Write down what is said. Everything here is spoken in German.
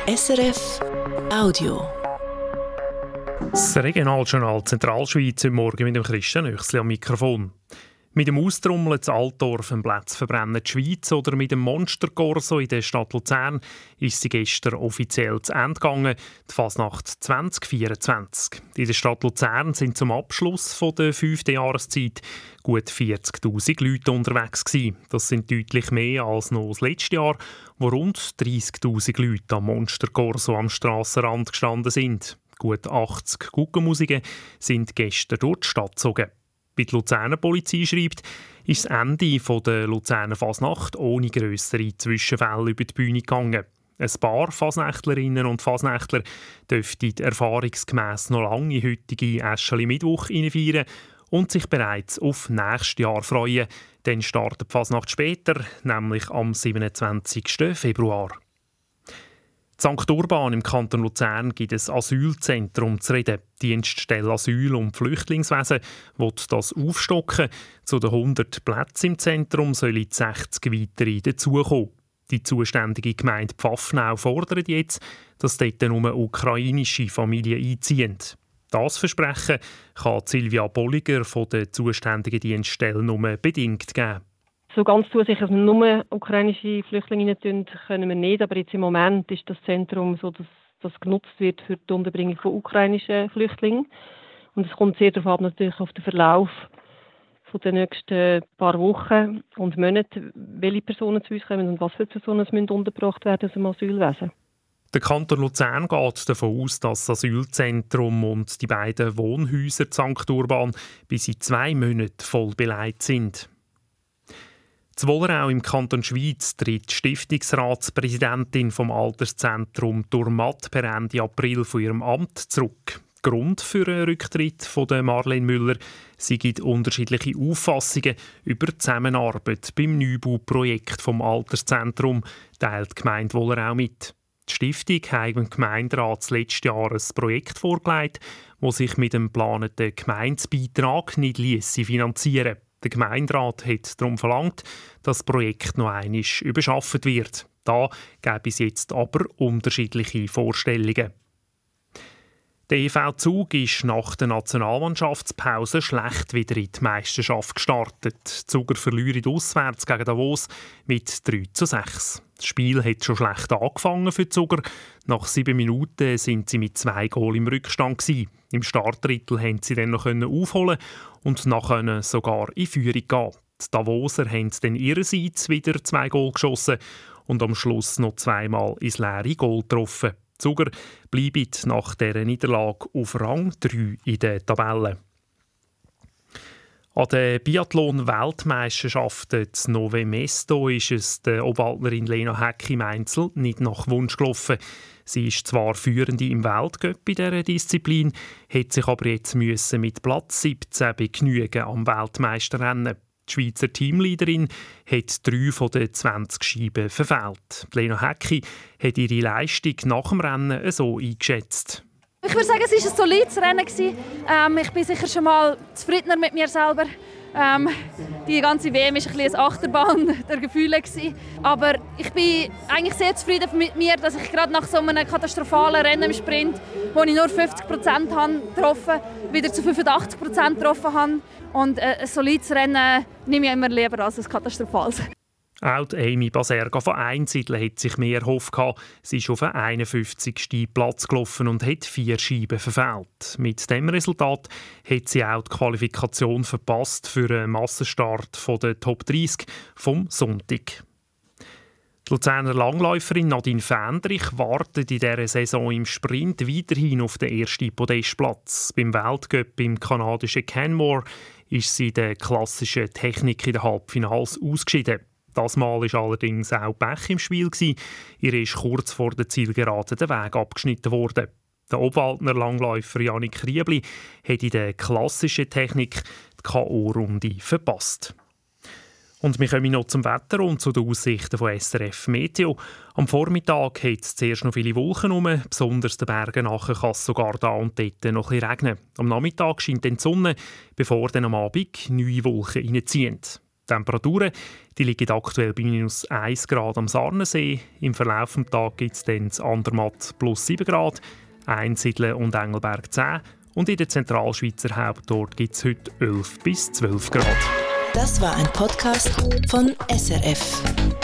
SRF Audio. Das Regionaljournal Zentralschweiz heute Morgen mit dem Christian Oechsli am Mikrofon. Mit dem Austrommeln zu Altdorf einen Platz verbrennen die Schweiz oder mit dem Monsterkorso in der Stadt Luzern ist sie gestern offiziell zu Ende gegangen, die Fasnacht 2024. In der Stadt Luzern sind zum Abschluss der 5. Jahreszeit gut 40'000 Leute unterwegs gewesen. Das sind deutlich mehr als noch das letzte Jahr, wo rund 30'000 Leute am Monsterkorso am Strassenrand gestanden sind. Gut 80 Guggenmusiken sind gestern durch die Stadt gezogen. Wie die Luzerner Polizei schreibt, ist das Ende der Luzerner Fasnacht ohne grössere Zwischenfälle über die Bühne gegangen. Ein paar Fasnächtlerinnen und Fasnächtler dürften erfahrungsgemäss noch lange heutige Äscheli-Mittwoch feiern und sich bereits auf nächstes Jahr freuen. Dann startet die Fasnacht später, nämlich am 27. Februar. In St. Urban im Kanton Luzern gibt es Asylzentrum zu reden. Die Dienststelle Asyl- und Flüchtlingswesen will das aufstocken. Zu den 100 Plätzen im Zentrum sollen 60 weitere dazukommen. Die zuständige Gemeinde Pfaffenau fordert jetzt, dass dort nur ukrainische Familien einziehen. Das Versprechen kann Silvia Bolliger von der zuständigen Dienststelle nur bedingt geben. So ganz zusicher, dass wir nur ukrainische Flüchtlinge rein tun, können wir nicht. Aber jetzt im Moment ist das Zentrum so, dass das genutzt wird für die Unterbringung von ukrainischen Flüchtlingen. Und es kommt sehr darauf ab, natürlich auf den Verlauf von den nächsten paar Wochen und Monaten, welche Personen zu uns kommen und was für Personen müssen untergebracht werden aus dem Asylwesen. Der Kanton Luzern geht davon aus, dass das Asylzentrum und die beiden Wohnhäuser St. Urban bis in 2 Monaten voll beleidigt sind. Zu Wollerau im Kanton Schweiz tritt die Stiftungsratspräsidentin vom Alterszentrum Durmat per Ende April von ihrem Amt zurück. Grund für den Rücktritt von Marlene Müller sind unterschiedliche Auffassungen über die Zusammenarbeit beim Neubauprojekt vom Alterszentrum, teilt die Gemeinde Wollerau mit. Die Stiftung hat dem Gemeinderat letztes Jahr ein Projekt vorgelegt, das sich mit dem geplanten Gemeindebeitrag nicht finanzieren liesse. Der Gemeinderat hat darum verlangt, dass das Projekt noch einmal überarbeitet wird. Da gäbe es jetzt aber unterschiedliche Vorstellungen. Der EV-Zug ist nach der Nationalmannschaftspause schlecht wieder in die Meisterschaft gestartet. Die Zuger verlieren auswärts gegen Davos mit 3:6. Das Spiel hat schon schlecht angefangen für die Zuger. Nach 7 Minuten sind sie mit 2 Goal im Rückstand gewesen. Im Startdrittel konnten sie dann noch aufholen und nachher sogar in Führung gehen. Die Davoser haben dann ihrerseits wieder 2 Goal geschossen und am Schluss noch 2-mal ins leere Goal getroffen. Die Zuger bleiben nach dieser Niederlage auf Rang 3 in der Tabelle. An den Biathlon-Weltmeisterschaften in Nove Mesto ist es der Obwaldnerin Lena Häcki im Einzel nicht nach Wunsch gelaufen. Sie ist zwar Führende im Weltcup in dieser Disziplin, hat sich aber jetzt mit Platz 17 begnügen am Weltmeisterrennen. Die Schweizer Teamleaderin hat 3 von den 20 Scheiben verfehlt. Lena Häcki hat ihre Leistung nach dem Rennen so eingeschätzt. Ich würde sagen, es war ein solides Rennen. Ich bin sicher schon mal zufriedener mit mir selber. Die ganze WM war eine Achterbahn der Gefühle. Aber ich bin eigentlich sehr zufrieden mit mir, dass ich gerade nach so einem katastrophalen Rennen im Sprint, wo ich nur 50% getroffen habe, wieder zu 85% getroffen habe. Und ein solides Rennen nehme ich immer lieber als ein katastrophales. Auch Amy Baserga von Einsiedeln hat sich mehr erhofft. Sie ist auf den 51. Platz gelaufen und hat 4 Scheiben verfehlt. Mit diesem Resultat hat sie auch die Qualifikation verpasst für einen Massenstart der Top 30 vom Sonntag. Die Luzerner Langläuferin Nadine Fendrich wartet in dieser Saison im Sprint weiterhin auf den ersten Podestplatz. Beim Weltcup im kanadischen Canmore ist sie der klassischen Technik in den Halbfinals ausgeschieden. Das Mal war allerdings auch Pech im Spiel. Ihr ist kurz vor der Zielgerade der Weg abgeschnitten worden. Der Obwaldner Langläufer Janik Riebli hat in der klassischen Technik die K.O.-Runde verpasst. Und wir kommen noch zum Wetter und zu den Aussichten von SRF Meteo. Am Vormittag hat es zuerst noch viele Wolken herum, besonders den Bergen nachher kann es sogar da und dort noch ein bisschen regnen. Am Nachmittag scheint dann die Sonne, bevor dann am Abend neue Wolken reinziehen. Temperaturen die liegen aktuell bei minus 1 Grad am Sarnensee. Im Verlauf des Tages gibt es dann in Andermatt plus 7 Grad, Einsiedeln und Engelberg 10 und in der Zentralschweizer Hauptort gibt es heute 11 bis 12 Grad. Das war ein Podcast von SRF.